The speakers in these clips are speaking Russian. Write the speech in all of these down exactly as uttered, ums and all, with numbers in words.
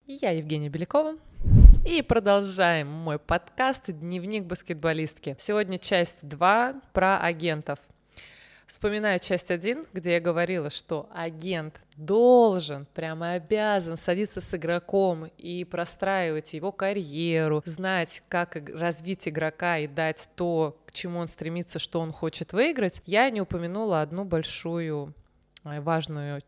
Я Евгения Белякова. И продолжаем мой подкаст «Дневник баскетболистки». Сегодня часть два про агентов. Вспоминая часть один, где я говорила, что агент должен, прямо обязан садиться с игроком и простраивать его карьеру, знать, как развить игрока и дать то, к чему он стремится, что он хочет выиграть, я не упомянула одну большую важную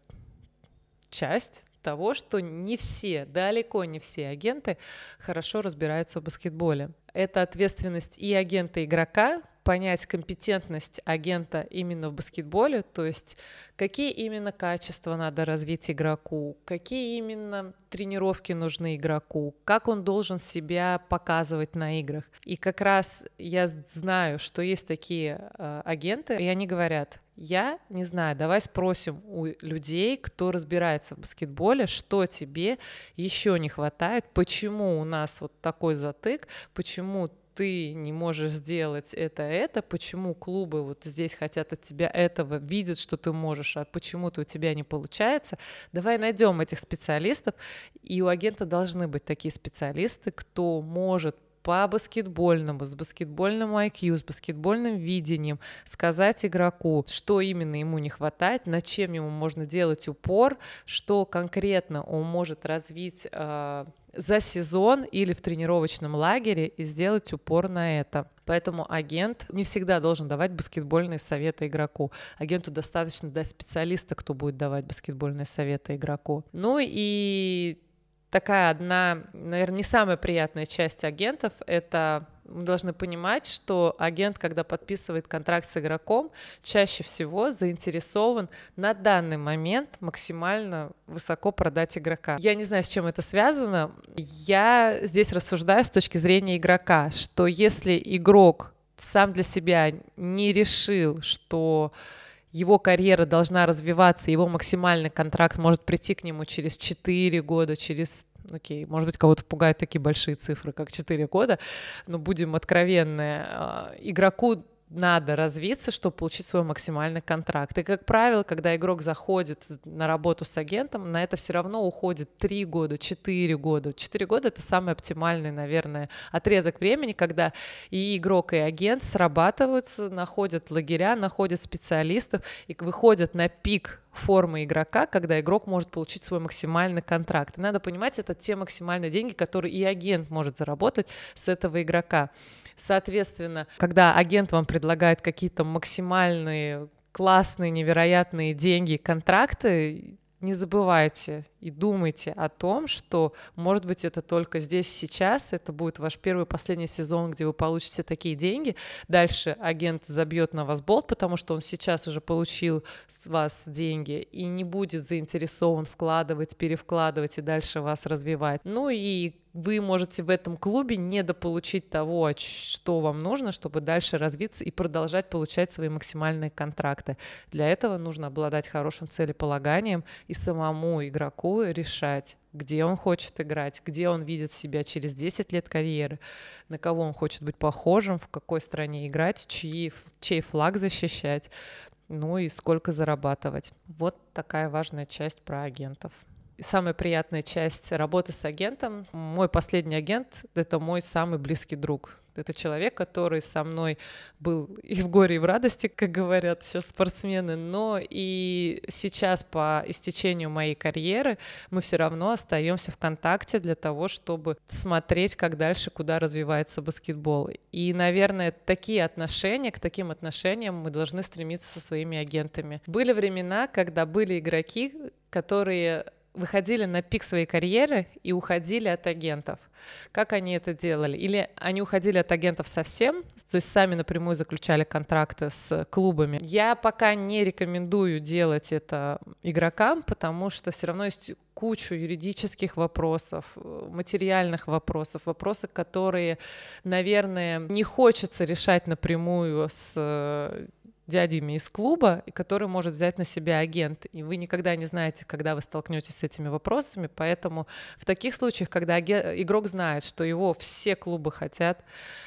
часть того, что не все, далеко не все агенты хорошо разбираются в баскетболе. Это ответственность и агента, и игрока понять компетентность агента именно в баскетболе, то есть какие именно качества надо развить игроку, какие именно тренировки нужны игроку, как он должен себя показывать на играх. И как раз я знаю, что есть такие э, агенты, и они говорят: я не знаю, давай спросим у людей, кто разбирается в баскетболе, что тебе еще не хватает, почему у нас вот такой затык, почему ты не можешь сделать это, это, почему клубы вот здесь хотят от тебя этого, видят, что ты можешь, а почему-то у тебя не получается. Давай найдем этих специалистов, и у агента должны быть такие специалисты, кто может по баскетбольному, с баскетбольным ай кью, с баскетбольным видением сказать игроку, что именно ему не хватает, над чем ему можно делать упор, что конкретно он может развить э, за сезон или в тренировочном лагере и сделать упор на это. Поэтому агент не всегда должен давать баскетбольные советы игроку. Агенту достаточно дать специалиста, кто будет давать баскетбольные советы игроку. Ну и такая одна, наверное, не самая приятная часть агентов — это мы должны понимать, что агент, когда подписывает контракт с игроком, чаще всего заинтересован на данный момент максимально высоко продать игрока. Я не знаю, с чем это связано. Я здесь рассуждаю с точки зрения игрока, что если игрок сам для себя не решил, что его карьера должна развиваться, его максимальный контракт может прийти к нему через четыре года, через, окей, может быть, кого-то пугают такие большие цифры, как четыре года, но будем откровенны, игроку надо развиться, чтобы получить свой максимальный контракт. И, как правило, когда игрок заходит на работу с агентом, на это все равно уходит три года, четыре года. четыре года — это самый оптимальный, наверное, отрезок времени, когда и игрок, и агент срабатываются, находят лагеря, находят специалистов и выходят на пик формы игрока, когда игрок может получить свой максимальный контракт. И надо понимать, это те максимальные деньги, которые и агент может заработать с этого игрока. Соответственно, когда агент вам предлагает какие-то максимальные, классные, невероятные деньги, контракты, не забывайте и думайте о том, что, может быть, это только здесь, сейчас, это будет ваш первый и последний сезон, где вы получите такие деньги. Дальше агент забьет на вас болт, потому что он сейчас уже получил с вас деньги и не будет заинтересован вкладывать, перевкладывать и дальше вас развивать. Ну и вы можете в этом клубе недополучить того, что вам нужно, чтобы дальше развиться и продолжать получать свои максимальные контракты. Для этого нужно обладать хорошим целеполаганием и самому игроку решать, где он хочет играть, где он видит себя через десять лет карьеры, на кого он хочет быть похожим, в какой стране играть, чьи, чей флаг защищать, ну и сколько зарабатывать. Вот такая важная часть про агентов. И самая приятная часть работы с агентом. Мой последний агент — это мой самый близкий друг. Это человек, который со мной был и в горе, и в радости, как говорят сейчас спортсмены, но и сейчас по истечению моей карьеры мы все равно остаемся в контакте для того, чтобы смотреть, как дальше, куда развивается баскетбол. И, наверное, такие отношения, к таким отношениям мы должны стремиться со своими агентами. Были времена, когда были игроки, которые выходили на пик своей карьеры и уходили от агентов. Как они это делали? Или они уходили от агентов совсем, то есть сами напрямую заключали контракты с клубами. Я пока не рекомендую делать это игрокам, потому что все равно есть кучу юридических вопросов, материальных вопросов, вопросы, которые, наверное, не хочется решать напрямую с дядями из клуба, и который может взять на себя агент. И вы никогда не знаете, когда вы столкнетесь с этими вопросами, поэтому в таких случаях, когда игрок знает, что его все клубы хотят,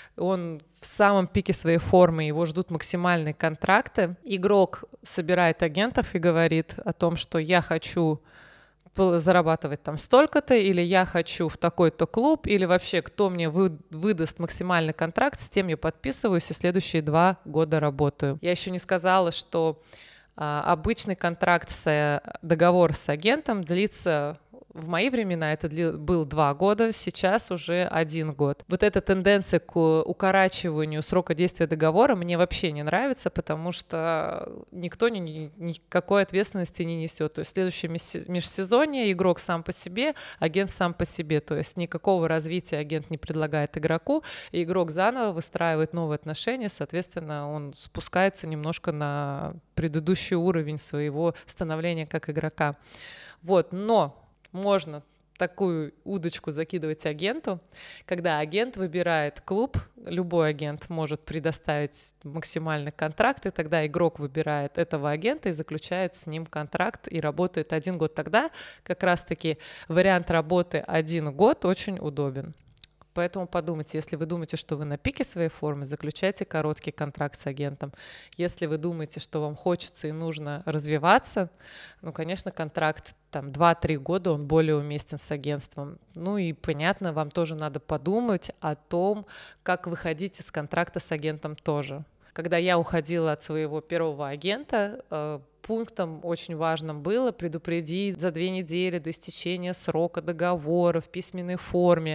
он в самом пике своей формы, его ждут максимальные контракты, игрок собирает агентов и говорит о том, что я хочу зарабатывать там столько-то, или я хочу в такой-то клуб, или вообще кто мне вы, выдаст максимальный контракт, с тем я подписываюсь и следующие два года работаю. Я еще не сказала, что а, обычный контракт, с, договор с агентом длится... В мои времена это был два года, сейчас уже один год. Вот эта тенденция к укорачиванию срока действия договора мне вообще не нравится, потому что никто ни, ни, никакой ответственности не несет. То есть в следующем межсезонье игрок сам по себе, агент сам по себе. То есть никакого развития агент не предлагает игроку, и игрок заново выстраивает новые отношения, соответственно, он спускается немножко на предыдущий уровень своего становления как игрока. Вот, но можно такую удочку закидывать агенту, когда агент выбирает клуб, любой агент может предоставить максимальный контракт, и тогда игрок выбирает этого агента и заключает с ним контракт и работает один год. Тогда как раз-таки вариант работы один год очень удобен. Поэтому подумайте, если вы думаете, что вы на пике своей формы, заключайте короткий контракт с агентом. Если вы думаете, что вам хочется и нужно развиваться, ну, конечно, контракт там два-три года, он более уместен с агентством. Ну и, понятно, вам тоже надо подумать о том, как выходить из контракта с агентом тоже. Когда я уходила от своего первого агента, пунктом очень важным было предупредить за две недели до истечения срока договора в письменной форме.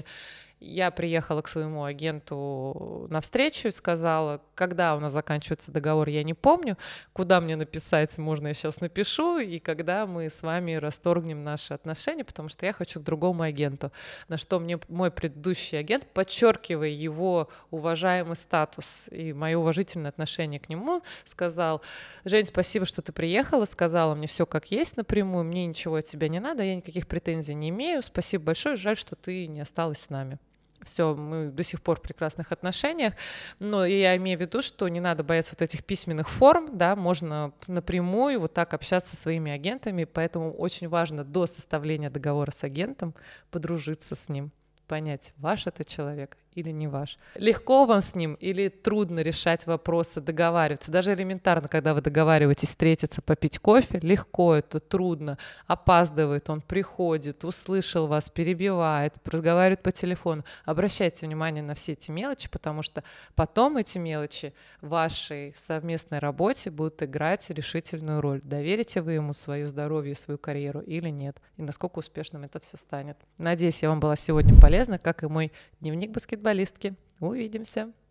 Я приехала к своему агенту навстречу и сказала, когда у нас заканчивается договор, я не помню, куда мне написать, можно я сейчас напишу, и когда мы с вами расторгнем наши отношения, потому что я хочу к другому агенту. На что мне мой предыдущий агент, подчеркивая его уважаемый статус и мое уважительное отношение к нему, сказал: Жень, спасибо, что ты приехала, сказала мне все как есть напрямую, мне ничего от тебя не надо, я никаких претензий не имею, спасибо большое, жаль, что ты не осталась с нами. Все, мы до сих пор в прекрасных отношениях, но я имею в виду, что не надо бояться вот этих письменных форм, да, можно напрямую вот так общаться со своими агентами, поэтому очень важно до составления договора с агентом подружиться с ним, понять, ваш это человек или не ваш. Легко вам с ним или трудно решать вопросы, договариваться. Даже элементарно, когда вы договариваетесь встретиться, попить кофе, легко это, трудно. Опаздывает, он приходит, услышал вас, перебивает, разговаривает по телефону. Обращайте внимание на все эти мелочи, потому что потом эти мелочи в вашей совместной работе будут играть решительную роль. Доверите вы ему свое здоровье, свою карьеру или нет, и насколько успешным это все станет. Надеюсь, я вам была сегодня полезна, как и мой дневник баскетболистки. Увидимся!